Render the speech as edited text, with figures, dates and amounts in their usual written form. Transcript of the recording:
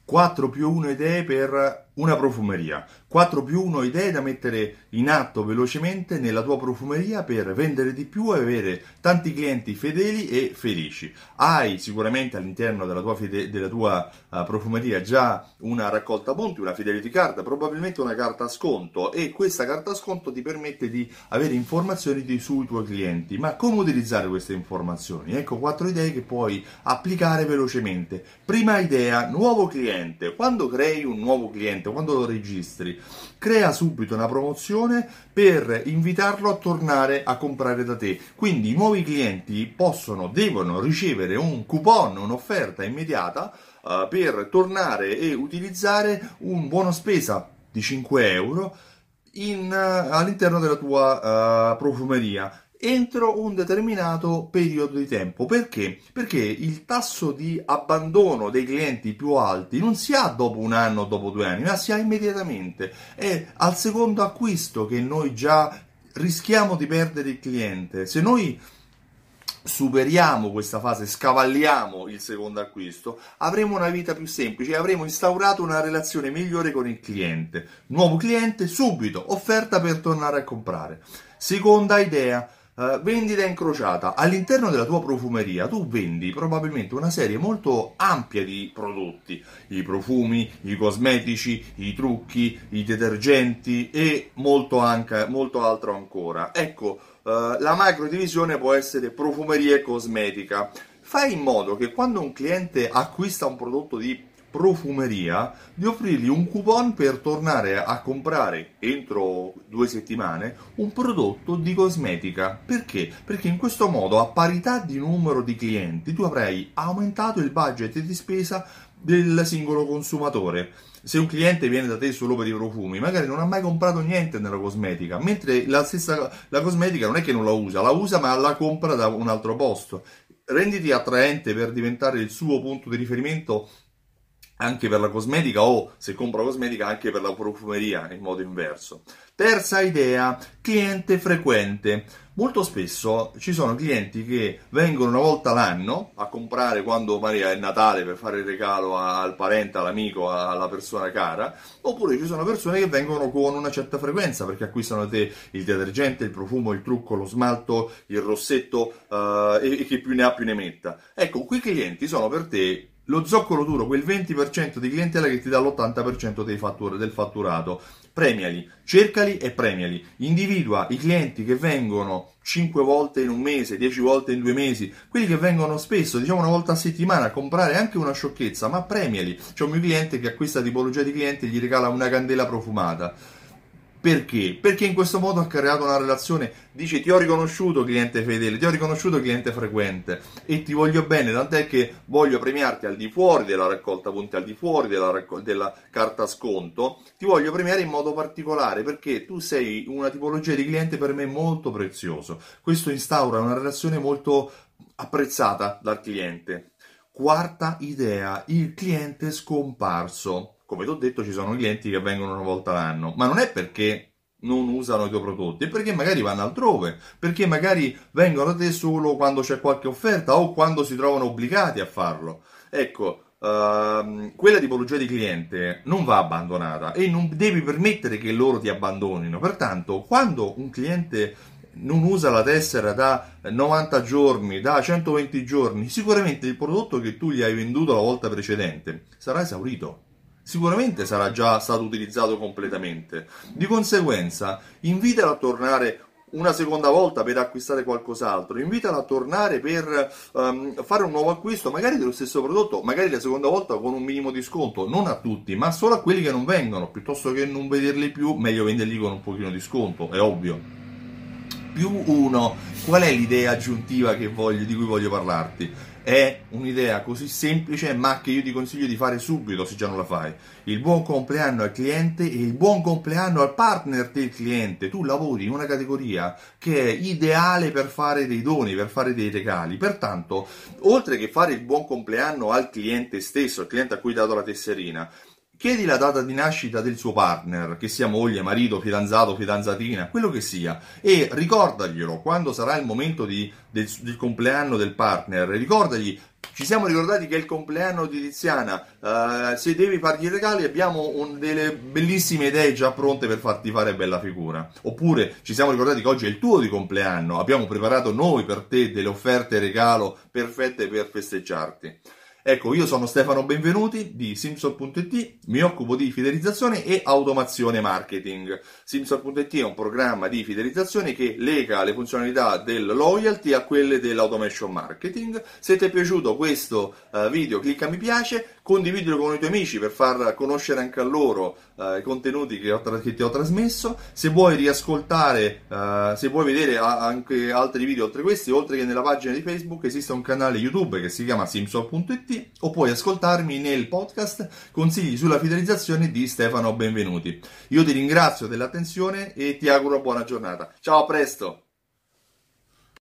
4 più 1 idee per una profumeria, 4 più 1 idee da mettere in atto velocemente nella tua profumeria per vendere di più e avere tanti clienti fedeli e felici. Hai sicuramente all'interno della tua profumeria già una raccolta punti, una fidelity card, probabilmente una carta sconto, e questa carta sconto ti permette di avere informazioni sui tuoi clienti. Ma come utilizzare queste informazioni? Ecco 4 idee che puoi applicare velocemente. Prima idea, nuovo cliente. Quando crei un nuovo cliente, quando lo registri, crea subito una promozione per invitarlo a tornare a comprare da te. Quindi i nuovi clienti devono ricevere un coupon, un'offerta immediata per tornare e utilizzare un buono spesa di 5 euro all'interno della tua profumeria entro un determinato periodo di tempo. Perché? Perché il tasso di abbandono dei clienti più alti non si ha dopo un anno o dopo 2 anni, ma si ha immediatamente. È al secondo acquisto che noi già rischiamo di perdere il cliente. Se noi superiamo questa fase, scavalliamo il secondo acquisto, avremo una vita più semplice e avremo instaurato una relazione migliore con il cliente. Nuovo cliente, subito, offerta per tornare a comprare. Seconda idea, vendita incrociata. All'interno della tua profumeria tu vendi probabilmente una serie molto ampia di prodotti, i profumi, i cosmetici, i trucchi, i detergenti e molto altro ancora. Ecco, la macro divisione può essere profumeria e cosmetica. Fai in modo che quando un cliente acquista un prodotto di profumeria, di offrirgli un coupon per tornare a comprare entro 2 settimane un prodotto di cosmetica. Perché? Perché in questo modo, a parità di numero di clienti, tu avrai aumentato il budget di spesa del singolo consumatore. Se un cliente viene da te solo per i profumi, magari non ha mai comprato niente nella cosmetica, mentre la cosmetica non è che non la usa ma la compra da un altro posto. Renditi attraente per diventare il suo punto di riferimento anche per la cosmetica, o se compra cosmetica anche per la profumeria in modo inverso. Terza idea, cliente frequente. Molto spesso ci sono clienti che vengono una volta l'anno a comprare quando magari è Natale per fare il regalo al parente, all'amico, alla persona cara, oppure ci sono persone che vengono con una certa frequenza perché acquistano da te il detergente, il profumo, il trucco, lo smalto, il rossetto e chi più ne ha più ne metta. Ecco, quei clienti sono per te lo zoccolo duro, quel 20% di clientela che ti dà l'80% del fatturato. Premiali, cercali e premiali. Individua i clienti che vengono 5 volte in un mese, 10 volte in 2 mesi, quelli che vengono spesso, diciamo una volta a settimana, a comprare anche una sciocchezza, ma premiali. C'è un mio cliente che a questa tipologia di cliente gli regala una candela profumata. Perché? Perché in questo modo ha creato una relazione, dice ti ho riconosciuto cliente fedele, ti ho riconosciuto cliente frequente e ti voglio bene, tant'è che voglio premiarti al di fuori della raccolta punti, al di fuori della carta sconto, ti voglio premiare in modo particolare perché tu sei una tipologia di cliente per me molto prezioso. Questo instaura una relazione molto apprezzata dal cliente. Quarta idea, il cliente scomparso. Come ti ho detto, ci sono clienti che vengono una volta l'anno, ma non è perché non usano i tuoi prodotti, è perché magari vanno altrove, perché magari vengono da te solo quando c'è qualche offerta o quando si trovano obbligati a farlo. Ecco, quella tipologia di cliente non va abbandonata e non devi permettere che loro ti abbandonino. Pertanto, quando un cliente non usa la tessera da 90 giorni, da 120 giorni, sicuramente il prodotto che tu gli hai venduto la volta precedente sarà esaurito. Sicuramente sarà già stato utilizzato completamente. Di conseguenza, invitalo a tornare una seconda volta per acquistare qualcos'altro, invitalo a tornare per fare un nuovo acquisto, magari dello stesso prodotto, magari la seconda volta con un minimo di sconto, non a tutti, ma solo a quelli che non vengono, piuttosto che non vederli più, meglio venderli con un pochino di sconto, è ovvio. Più uno, qual è l'idea aggiuntiva di cui voglio parlarti? È un'idea così semplice, ma che io ti consiglio di fare subito se già non la fai. Il buon compleanno al cliente e il buon compleanno al partner del cliente. Tu lavori in una categoria che è ideale per fare dei doni, per fare dei regali. Pertanto, oltre che fare il buon compleanno al cliente stesso, al cliente a cui hai dato la tesserina, chiedi la data di nascita del suo partner, che sia moglie, marito, fidanzato, fidanzatina, quello che sia, e ricordaglielo quando sarà il momento del compleanno del partner, ricordagli Ci siamo ricordati che è il compleanno di Tiziana, se devi fargli i regali abbiamo delle bellissime idee già pronte per farti fare bella figura. Oppure ci siamo ricordati che oggi è il tuo di compleanno, abbiamo preparato noi per te delle offerte regalo perfette per festeggiarti. Ecco, io sono Stefano Benvenuti di Simsol.it, mi occupo di fidelizzazione e automazione marketing. Simsol.it è un programma di fidelizzazione che lega le funzionalità del loyalty a quelle dell'automation marketing. Se ti è piaciuto questo video, clicca mi piace, condividilo con i tuoi amici per far conoscere anche a loro i contenuti che ti ho trasmesso. Se vuoi riascoltare, se vuoi vedere anche altri video oltre questi, oltre che nella pagina di Facebook, esiste un canale YouTube che si chiama Simsol.it, o puoi ascoltarmi nel podcast Consigli sulla fidelizzazione di Stefano Benvenuti. Io ti ringrazio dell'attenzione e ti auguro buona giornata. Ciao, a presto!